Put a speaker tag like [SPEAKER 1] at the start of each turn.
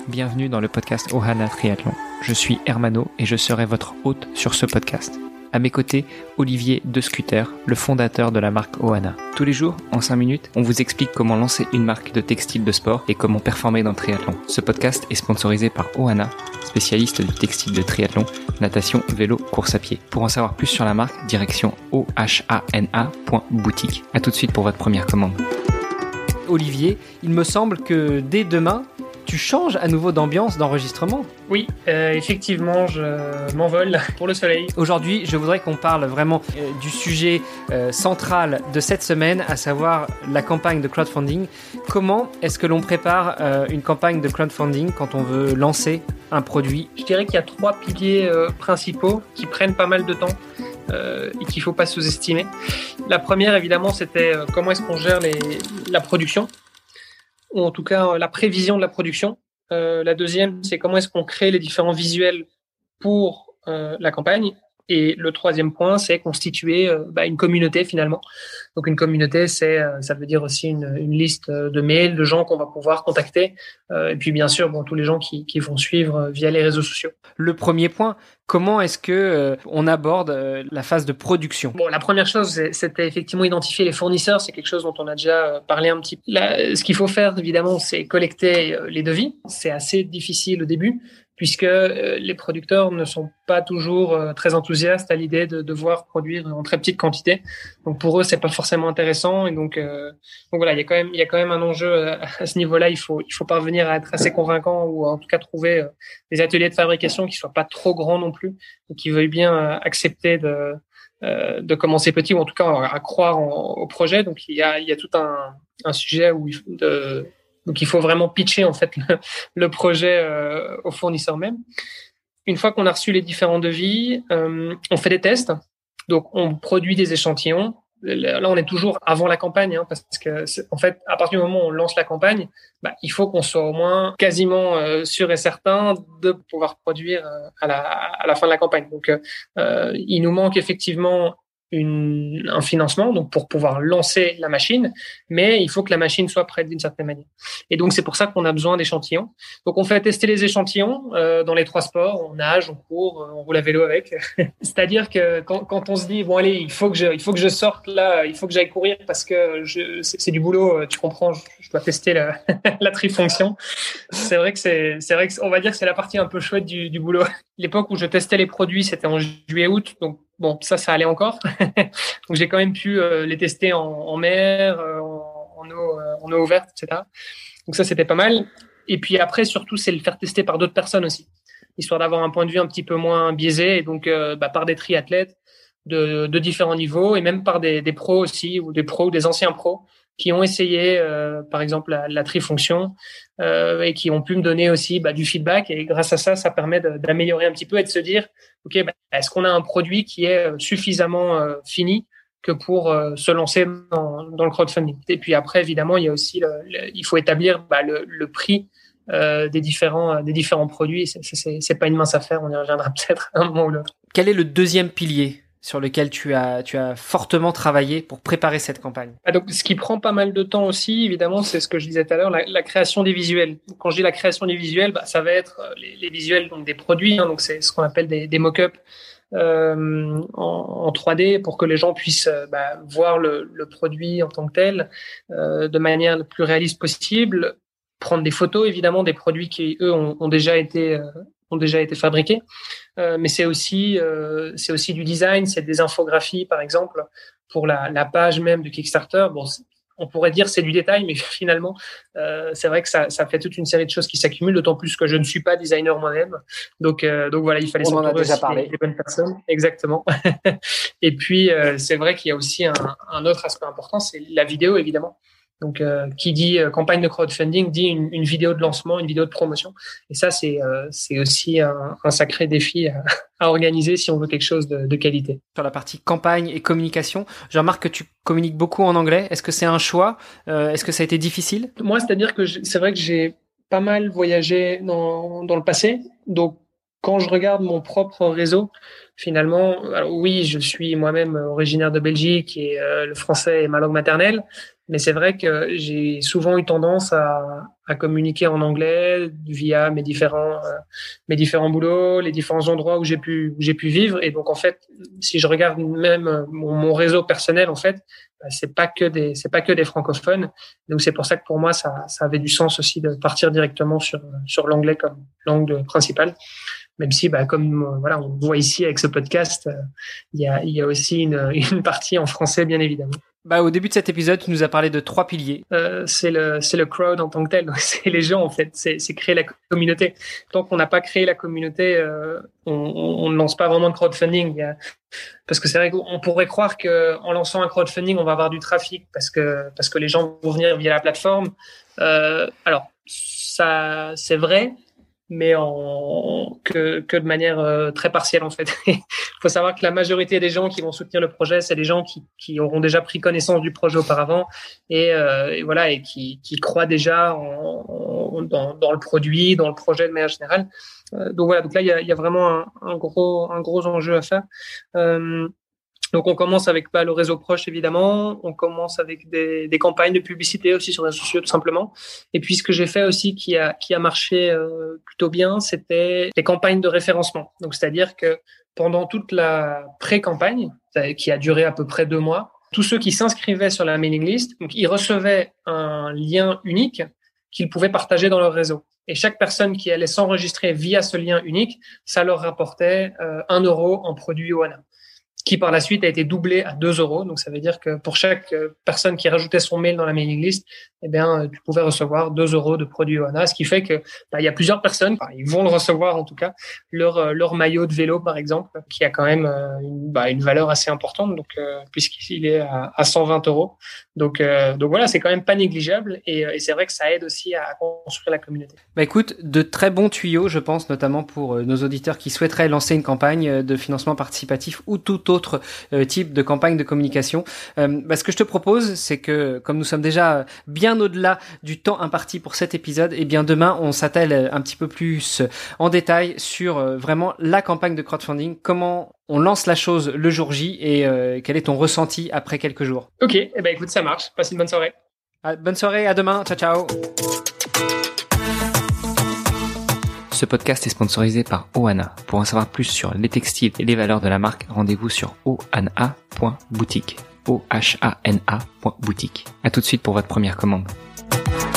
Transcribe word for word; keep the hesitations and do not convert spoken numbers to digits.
[SPEAKER 1] bienvenue dans le podcast Ohana Triathlon. Je suis Hermano et je serai votre hôte sur ce podcast. À mes côtés, Olivier De Scuter, le fondateur de la marque Ohana. Tous les jours, en cinq minutes, on vous explique comment lancer une marque de textile de sport et comment performer dans le triathlon. Ce podcast est sponsorisé par Ohana, spécialiste du textile de triathlon, natation, vélo, course à pied. Pour en savoir plus sur la marque, direction ohana point boutique. À tout de suite pour votre première commande. Olivier, il me semble que dès demain, tu changes à nouveau d'ambiance d'enregistrement.
[SPEAKER 2] Oui, euh, effectivement, je m'envole pour le soleil.
[SPEAKER 1] Aujourd'hui, je voudrais qu'on parle vraiment euh, du sujet euh, central de cette semaine, à savoir la campagne de crowdfunding. Comment est-ce que l'on prépare euh, une campagne de crowdfunding quand on veut lancer un produit ?
[SPEAKER 2] Je dirais qu'il y a trois piliers euh, principaux qui prennent pas mal de temps euh, et qu'il ne faut pas sous-estimer. La première, évidemment, c'était euh, comment est-ce qu'on gère les, la production, ou en tout cas la prévision de la production. Euh, la deuxième, c'est comment est-ce qu'on crée les différents visuels pour euh, la campagne. Et le troisième point, c'est constituer euh, bah, une communauté finalement. Donc une communauté, c'est euh, ça veut dire aussi une, une liste de mails, de gens qu'on va pouvoir contacter. Euh, et puis bien sûr, bon, tous les gens qui, qui vont suivre via les réseaux sociaux.
[SPEAKER 1] Le premier point, comment est-ce que euh, on aborde euh, la phase de production ?
[SPEAKER 2] Bon, la première chose, c'était effectivement identifier les fournisseurs. C'est quelque chose dont on a déjà parlé un petit peu. Là, ce qu'il faut faire, évidemment, c'est collecter les devis. C'est assez difficile au début, puisque euh, les producteurs ne sont pas toujours euh, très enthousiastes à l'idée de devoir produire en très petite quantité. Donc pour eux, c'est pas forcément intéressant. Et donc, euh, donc voilà, il y a quand même, il y a quand même un enjeu à, à ce niveau-là. Il faut, il faut parvenir à être assez convaincant, ou en tout cas trouver euh, des ateliers de fabrication qui soient pas trop grands non plus, et qui veuillent bien euh, accepter de euh, de commencer petit, ou en tout cas à croire en, au projet. Donc il y a, il y a tout un, un sujet où il faut de Donc, il faut vraiment pitcher en fait le, le projet euh, aux fournisseurs même. Une fois qu'on a reçu les différents devis, euh, on fait des tests. Donc, on produit des échantillons. Là, on est toujours avant la campagne, hein, parce que en fait, à partir du moment où on lance la campagne, bah, il faut qu'on soit au moins quasiment euh, sûr et certain de pouvoir produire euh, à la à la fin de la campagne. Donc, euh, il nous manque effectivement Une, un financement, donc pour pouvoir lancer la machine, mais il faut que la machine soit prête d'une certaine manière. Et donc, c'est pour ça qu'on a besoin d'échantillons. Donc, on fait tester les échantillons euh, dans les trois sports. On nage, on court, on roule à vélo avec. C'est-à-dire que quand, quand on se dit, bon, allez, il faut que je, il faut que je sorte là, il faut que j'aille courir parce que je, c'est, c'est du boulot, tu comprends, je, je dois tester la, la trifonction. C'est vrai que c'est, c'est vrai que on va dire que c'est la partie un peu chouette du, du boulot. L'époque où je testais les produits, c'était en juillet-août, donc bon, ça, ça allait encore. Donc, j'ai quand même pu euh, les tester en, en mer, euh, en, en, eau, euh, en eau ouverte, et cetera. Donc, ça, c'était pas mal. Et puis après, surtout, c'est le faire tester par d'autres personnes aussi, histoire d'avoir un point de vue un petit peu moins biaisé, et donc euh, bah, par des triathlètes de, de différents niveaux, et même par des, des pros aussi, ou des pros, ou des anciens pros, qui ont essayé, euh, par exemple, la, la trifonction, euh, et qui ont pu me donner aussi bah, du feedback. Et grâce à ça, ça permet de, d'améliorer un petit peu et de se dire, OK, bah, est-ce qu'on a un produit qui est suffisamment euh, fini que pour euh, se lancer dans, dans le crowdfunding. Et puis après, évidemment, il y a aussi, le, le, il faut établir bah, le, le prix euh, des différents, des différents produits. C'est, c'est, c'est pas une mince affaire, on y reviendra peut-être un moment ou l'autre.
[SPEAKER 1] Quel est le deuxième pilier sur lequel tu as, tu as fortement travaillé pour préparer cette campagne?
[SPEAKER 2] Ah, donc, ce qui prend pas mal de temps aussi, évidemment, c'est ce que je disais tout à l'heure, la, la création des visuels. Quand je dis la création des visuels, bah, ça va être les, les visuels donc des produits, hein, donc c'est ce qu'on appelle des, des mock-ups euh, en, en trois D pour que les gens puissent bah, voir le, le produit en tant que tel euh, de manière la plus réaliste possible, prendre des photos évidemment des produits qui eux ont, ont déjà été euh, ont déjà été fabriqués. Euh, mais c'est aussi euh, c'est aussi du design, c'est des infographies par exemple pour la, la page même de Kickstarter. Bon, on pourrait dire c'est du détail, mais finalement euh, c'est vrai que ça, ça fait toute une série de choses qui s'accumulent. D'autant plus que je ne suis pas designer moi-même, donc euh, donc voilà, il fallait
[SPEAKER 1] on en a déjà
[SPEAKER 2] aussi
[SPEAKER 1] parlé.
[SPEAKER 2] Des, des bonnes personnes, exactement. Et puis euh, c'est vrai qu'il y a aussi un, un autre aspect important, c'est la vidéo évidemment. Donc, euh, qui dit euh, campagne de crowdfunding dit une, une vidéo de lancement, une vidéo de promotion. Et ça, c'est, euh, c'est aussi un, un sacré défi à, à organiser si on veut quelque chose de, de qualité.
[SPEAKER 1] Sur la partie campagne et communication, je remarque que tu communiques beaucoup en anglais. Est-ce que c'est un choix ? euh, Est-ce que ça a été difficile ?
[SPEAKER 2] Moi, c'est-à-dire que je, c'est vrai que j'ai pas mal voyagé dans, dans le passé. Donc, quand je regarde mon propre réseau, finalement, alors oui, je suis moi-même originaire de Belgique et euh, le français est ma langue maternelle. Mais c'est vrai que j'ai souvent eu tendance à, à communiquer en anglais via mes différents, euh, mes différents boulots, les différents endroits où j'ai pu, où j'ai pu vivre. Et donc, en fait, si je regarde même mon, mon réseau personnel, en fait, bah, c'est pas que des, c'est pas que des francophones. Donc, c'est pour ça que pour moi, ça, ça avait du sens aussi de partir directement sur, sur l'anglais comme langue principale. Même si, bah, comme voilà, on voit ici avec ce podcast, euh, il y a, il y a aussi une, une partie en français, bien évidemment.
[SPEAKER 1] Bah, au début de cet épisode, tu nous as parlé de trois piliers.
[SPEAKER 2] Euh, c'est le, c'est le crowd en tant que tel. C'est les gens, en fait. C'est, c'est créer la communauté. Tant qu'on n'a pas créé la communauté, euh, on, on ne lance pas vraiment de crowdfunding. Il y a, parce que c'est vrai qu'on pourrait croire que en lançant un crowdfunding, on va avoir du trafic parce que, parce que les gens vont venir via la plateforme. Euh, alors, ça, c'est vrai, mais en, que, que de manière euh, très partielle, en fait. Il faut savoir que la majorité des gens qui vont soutenir le projet, c'est des gens qui, qui auront déjà pris connaissance du projet auparavant et, euh, et voilà, et qui, qui croient déjà en, en, dans, dans le produit, dans le projet de manière générale. Euh, donc voilà, donc là, il y a, il y a vraiment un, un gros, un gros enjeu à faire. Euh, Donc, on commence avec bah, le réseau proche, évidemment. On commence avec des, des campagnes de publicité aussi sur les réseaux sociaux, tout simplement. Et puis, ce que j'ai fait aussi qui a, qui a marché euh, plutôt bien, c'était les campagnes de référencement. Donc, c'est-à-dire que pendant toute la pré-campagne, qui a duré à peu près deux mois, tous ceux qui s'inscrivaient sur la mailing list, donc, ils recevaient un lien unique qu'ils pouvaient partager dans leur réseau. Et chaque personne qui allait s'enregistrer via ce lien unique, ça leur rapportait euh, un euro en produit Oana, qui par la suite a été doublé à deux euros. Donc, ça veut dire que pour chaque personne qui rajoutait son mail dans la mailing list, eh bien, tu pouvais recevoir deux euros de produits Oana, ce qui fait que bah, il y a plusieurs personnes, enfin, ils vont le recevoir en tout cas, leur leur maillot de vélo par exemple, qui a quand même euh, une, bah, une valeur assez importante, donc euh, puisqu'il est à, à cent vingt euros. Donc, euh, donc voilà, c'est quand même pas négligeable et, et c'est vrai que ça aide aussi à construire la communauté.
[SPEAKER 1] Bah écoute, de très bons tuyaux, je pense, notamment pour nos auditeurs qui souhaiteraient lancer une campagne de financement participatif ou tout autre euh, type de campagne de communication. Euh, bah, ce que je te propose, c'est que comme nous sommes déjà bien au-delà du temps imparti pour cet épisode, et eh bien demain on s'attelle un petit peu plus en détail sur euh, vraiment la campagne de crowdfunding, comment on lance la chose le jour J et euh, quel est ton ressenti après quelques jours.
[SPEAKER 2] Ok, eh ben écoute, ça marche. Passe une bonne soirée.
[SPEAKER 1] Ah, bonne soirée, à demain, ciao ciao. Ce podcast est sponsorisé par Oana. Pour en savoir plus sur les textiles et les valeurs de la marque, rendez-vous sur oana point boutique. O H A N A point boutique. À tout de suite pour votre première commande.